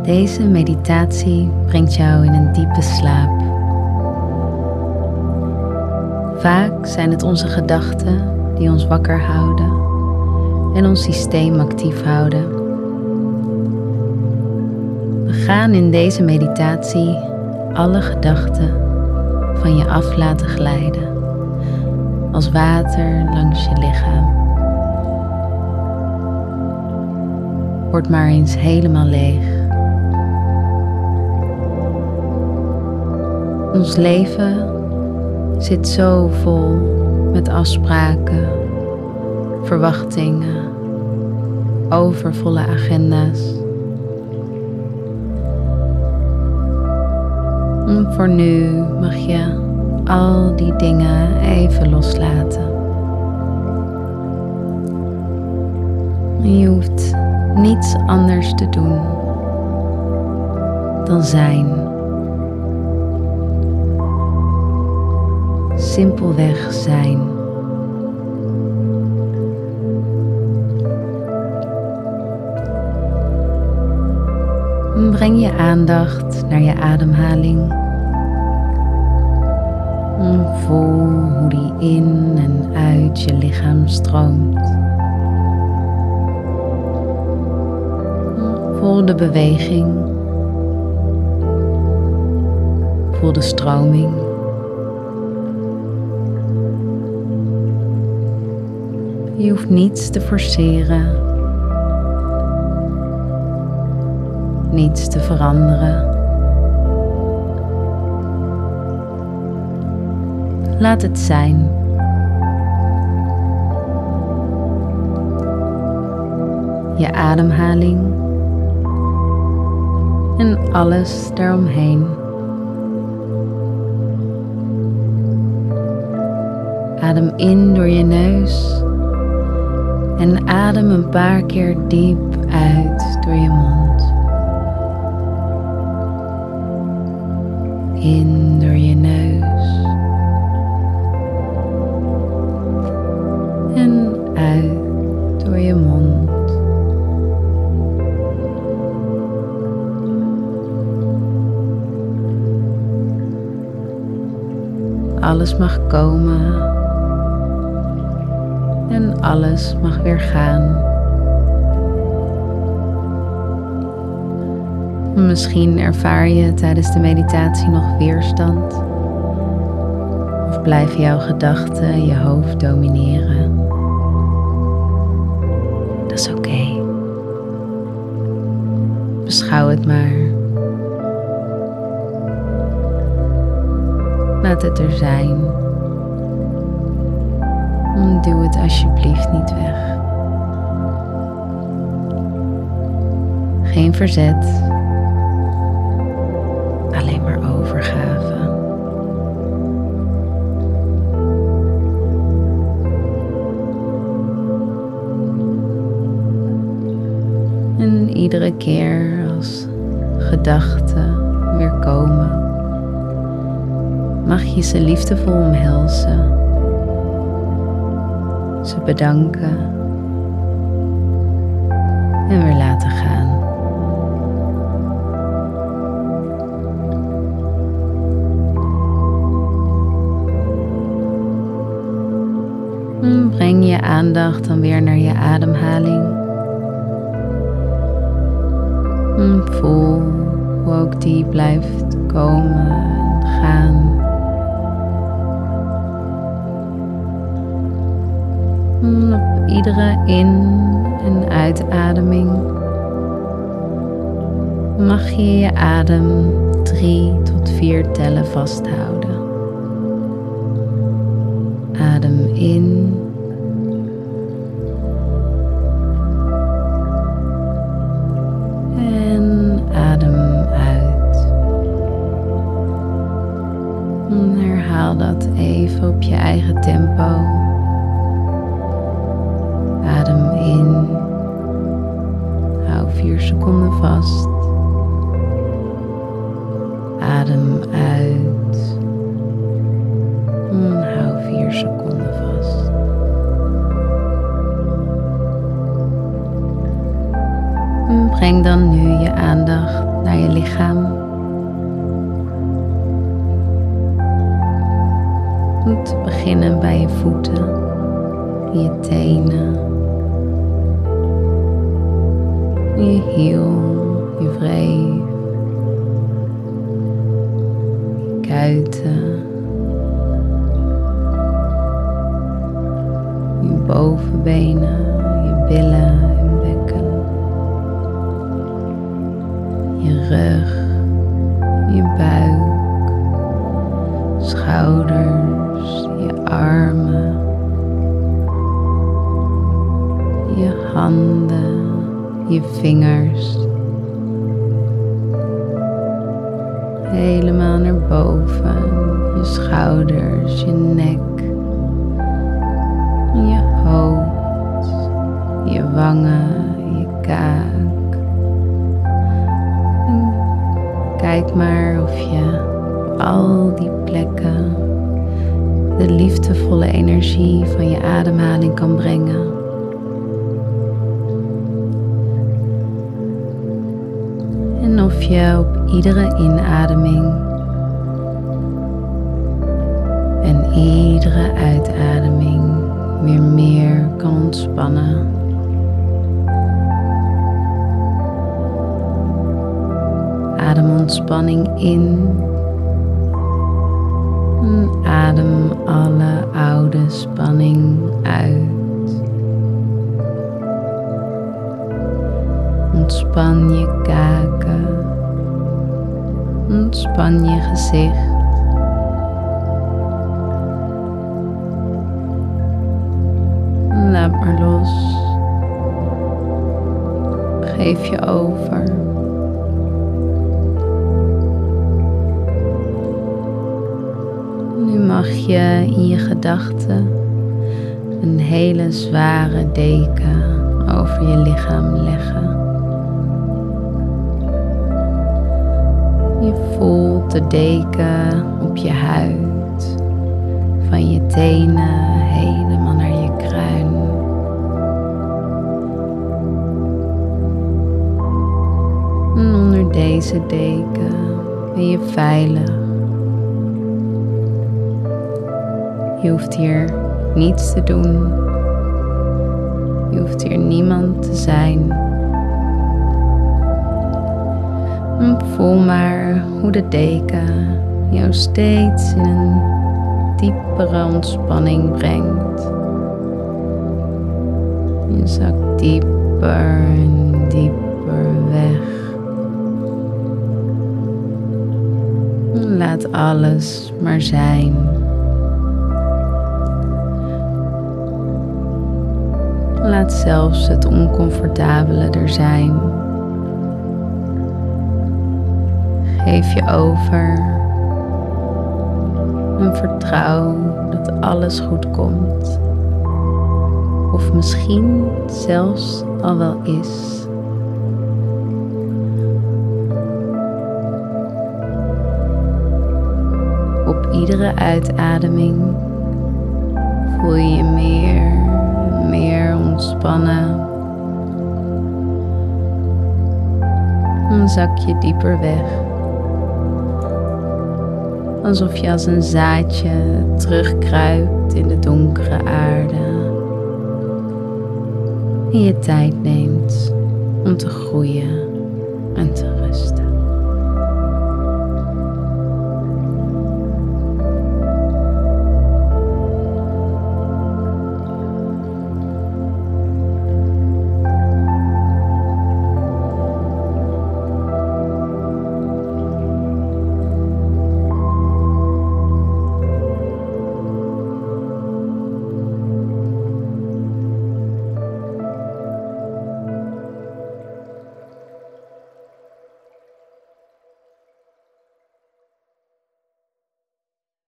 Deze meditatie brengt jou in een diepe slaap. Vaak zijn het onze gedachten die ons wakker houden en ons systeem actief houden. We gaan in deze meditatie alle gedachten van je af laten glijden, als water langs je lichaam. Word maar eens helemaal leeg. Ons leven zit zo vol met afspraken, verwachtingen, overvolle agenda's. Voor nu mag je al die dingen even loslaten. Je hoeft niets anders te doen dan zijn. Simpelweg zijn. Breng je aandacht naar je ademhaling. Voel hoe die in en uit je lichaam stroomt. Voel de beweging. Voel de stroming. Je hoeft niets te forceren, niets te veranderen. Laat het zijn. Je ademhaling en alles daaromheen. Adem in door je neus. En adem een paar keer diep uit door je mond. In door je neus. En uit door je mond. Alles mag komen. En alles mag weer gaan. Misschien ervaar je tijdens de meditatie nog weerstand. Of blijven jouw gedachten je hoofd domineren. Dat is oké. Beschouw het maar. Laat het er zijn. Duw het alsjeblieft niet weg. Geen verzet. Alleen maar overgave. En iedere keer als gedachten weer komen, mag je ze liefdevol omhelzen. Ze bedanken en weer laten gaan. Breng je aandacht dan weer naar je ademhaling. Voel hoe ook die blijft komen en gaan. Op iedere in- en uitademing mag je je adem 3 tot 4 tellen vasthouden. Adem in. En adem uit. En herhaal dat even op je eigen tempo. Adem in. Hou 4 seconden vast. Adem uit. En hou 4 seconden vast. En breng dan nu je aandacht naar je lichaam. Om te beginnen bij je voeten, je tenen, je hiel, je wreef, je kuiten, je bovenbenen, je billen en bekken, je rug, je buik, schouders, je armen, je handen, je vingers, helemaal naar boven, je schouders, je nek, je hoofd, je wangen, je kaak. En kijk maar of je op al die plekken de liefdevolle energie van je ademhaling kan brengen. En of je op iedere inademing en iedere uitademing weer meer kan ontspannen. Adem ontspanning in en adem alle oude spanning uit. Ontspan je kaken, ontspan je gezicht. Laat maar los. Geef je over. Nu mag je in je gedachten een hele zware deken over je lichaam leggen. Je voelt de deken op je huid, van je tenen helemaal naar je kruin. En onder deze deken ben je veilig. Je hoeft hier niets te doen. Je hoeft hier niemand te zijn. En voel maar hoe de deken jou steeds in een diepere ontspanning brengt. Je zakt dieper en dieper weg. En laat alles maar zijn. Laat zelfs het oncomfortabele er zijn. Geef je over en vertrouw dat alles goed komt. Of misschien zelfs al wel is. Op iedere uitademing voel je je meer en meer ontspannen. Dan zak je dieper weg. Alsof je als een zaadje terugkruipt in de donkere aarde. En je tijd neemt om te groeien en te rusten.